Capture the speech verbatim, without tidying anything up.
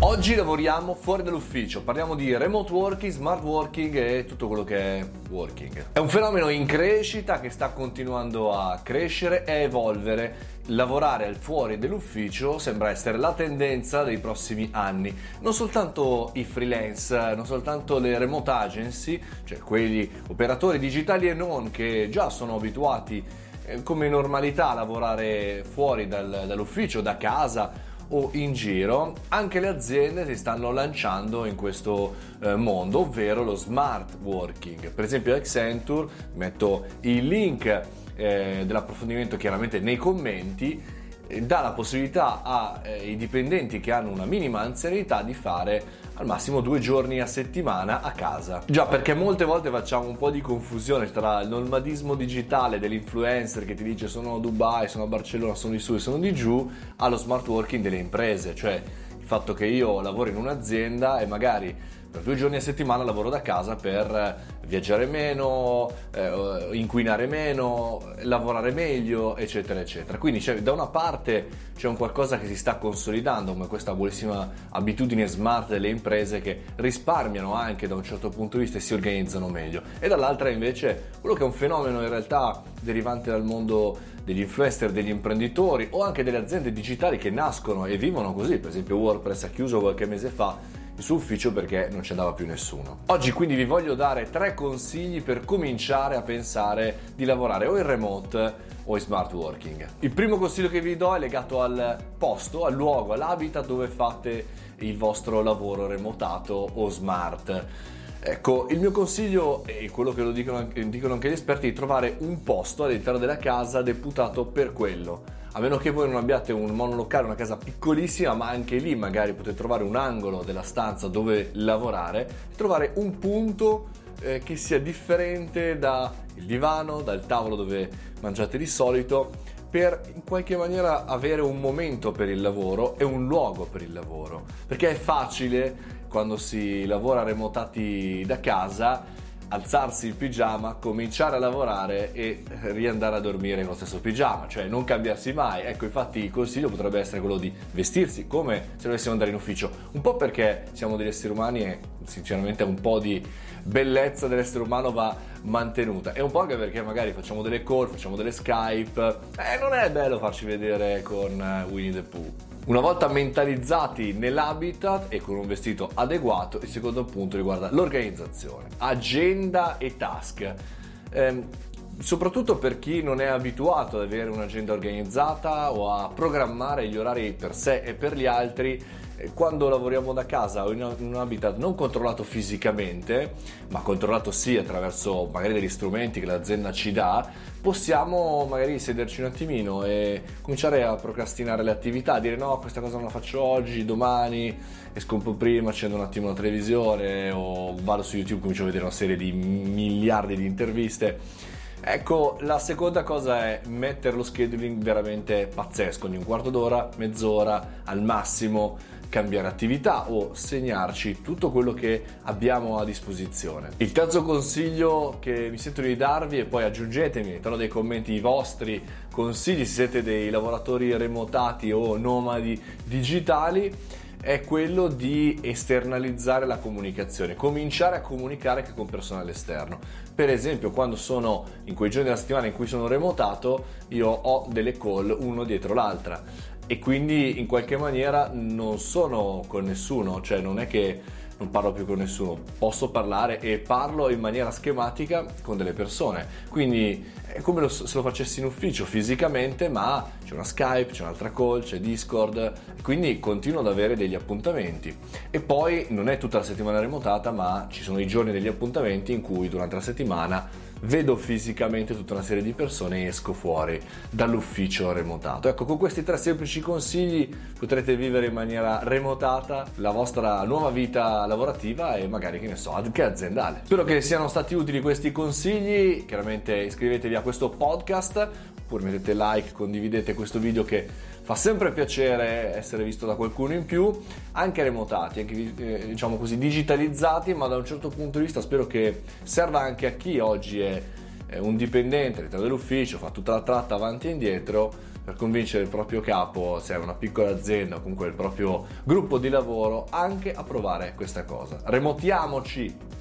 Oggi lavoriamo fuori dall'ufficio, parliamo di remote working, smart working e tutto quello che è working. È un fenomeno in crescita che sta continuando a crescere e evolvere. Lavorare al fuori dell'ufficio sembra essere la tendenza dei prossimi anni. Non soltanto i freelance, non soltanto le remote agency, cioè quegli operatori digitali e non che già sono abituati eh, come normalità a lavorare fuori dal, dall'ufficio, da casa o in giro, anche le aziende si stanno lanciando in questo eh, mondo, ovvero lo smart working. Per esempio Accenture, metto il link eh, dell'approfondimento chiaramente nei commenti, eh, dà la possibilità ai eh, dipendenti che hanno una minima anzianità di fare al massimo due giorni a settimana a casa. Già, perché molte volte facciamo un po' di confusione tra il nomadismo digitale dell'influencer che ti dice sono a Dubai, sono a Barcellona, sono di su e sono di giù, allo smart working delle imprese, cioè il fatto che io lavoro in un'azienda e magari per due giorni a settimana lavoro da casa per viaggiare meno, eh, inquinare meno, lavorare meglio, eccetera, eccetera. Quindi c'è, da una parte c'è un qualcosa che si sta consolidando, come questa buonissima abitudine smart delle imprese che risparmiano anche da un certo punto di vista e si organizzano meglio. E dall'altra invece quello che è un fenomeno in realtà derivante dal mondo degli influencer, degli imprenditori o anche delle aziende digitali che nascono e vivono così. Per esempio WordPress ha chiuso qualche mese fa il suo ufficio perché non ci andava più nessuno. Oggi quindi vi voglio dare tre consigli per cominciare a pensare di lavorare o in remote o in smart working. Il primo consiglio che vi do è legato al posto, al luogo, all'habitat dove fate il vostro lavoro remotato o smart. Ecco, il mio consiglio, e quello che lo dicono, dicono anche gli esperti, è di trovare un posto all'interno della casa deputato per quello. A meno che voi non abbiate un monolocale, una casa piccolissima, ma anche lì magari potete trovare un angolo della stanza dove lavorare, trovare un punto eh, che sia differente dal divano, dal tavolo dove mangiate di solito, per in qualche maniera avere un momento per il lavoro e un luogo per il lavoro. Perché è facile, quando si lavora remotati da casa, alzarsi il pigiama, cominciare a lavorare e riandare a dormire con lo stesso pigiama, cioè non cambiarsi mai. Ecco, infatti il consiglio potrebbe essere quello di vestirsi come se dovessimo andare in ufficio, un po' perché siamo degli esseri umani e sinceramente un po' di bellezza dell'essere umano va mantenuta, e un po' anche perché magari facciamo delle call, facciamo delle Skype e non è bello farci vedere con Winnie the Pooh. Una volta mentalizzati nell'habitat e con un vestito adeguato, il secondo punto riguarda l'organizzazione, agenda e task. Ehm, soprattutto per chi non è abituato ad avere un'agenda organizzata o a programmare gli orari per sé e per gli altri, quando lavoriamo da casa o in un habitat non controllato fisicamente, ma controllato sì attraverso magari degli strumenti che l'azienda ci dà, possiamo magari sederci un attimino e cominciare a procrastinare le attività, dire no, questa cosa non la faccio oggi, domani esco un po' prima, accendo un attimo la televisione o vado su YouTube, comincio a vedere una serie di miliardi di interviste. Ecco, la seconda cosa è mettere lo scheduling veramente pazzesco, di un quarto d'ora, mezz'ora al massimo, cambiare attività o segnarci tutto quello che abbiamo a disposizione. Il terzo consiglio che mi sento di darvi, e poi aggiungetemi all'interno dei commenti i vostri consigli se siete dei lavoratori remotati o nomadi digitali, è quello di esternalizzare la comunicazione, cominciare a comunicare anche con personale esterno. Per esempio, quando sono in quei giorni della settimana in cui sono remotato, io ho delle call uno dietro l'altra e quindi in qualche maniera non sono con nessuno, cioè non è che non parlo più con nessuno, posso parlare e parlo in maniera schematica con delle persone, quindi è come lo, se lo facessi in ufficio fisicamente, ma c'è una Skype, c'è un'altra call, c'è Discord, quindi continuo ad avere degli appuntamenti. E poi non è tutta la settimana remotata, ma ci sono i giorni degli appuntamenti in cui durante la settimana vedo fisicamente tutta una serie di persone e esco fuori dall'ufficio remotato. Ecco, con questi tre semplici consigli potrete vivere in maniera remotata la vostra nuova vita lavorativa e magari, che ne so, anche aziendale. Spero che siano stati utili questi consigli. Chiaramente iscrivetevi a questo podcast, oppure mettete like, condividete questo video che fa sempre piacere essere visto da qualcuno in più, anche remotati, anche eh, diciamo così digitalizzati, ma da un certo punto di vista spero che serva anche a chi oggi è, è un dipendente all'interno dell'ufficio, fa tutta la tratta avanti e indietro, per convincere il proprio capo, se è una piccola azienda o comunque il proprio gruppo di lavoro, anche a provare questa cosa. Remotiamoci!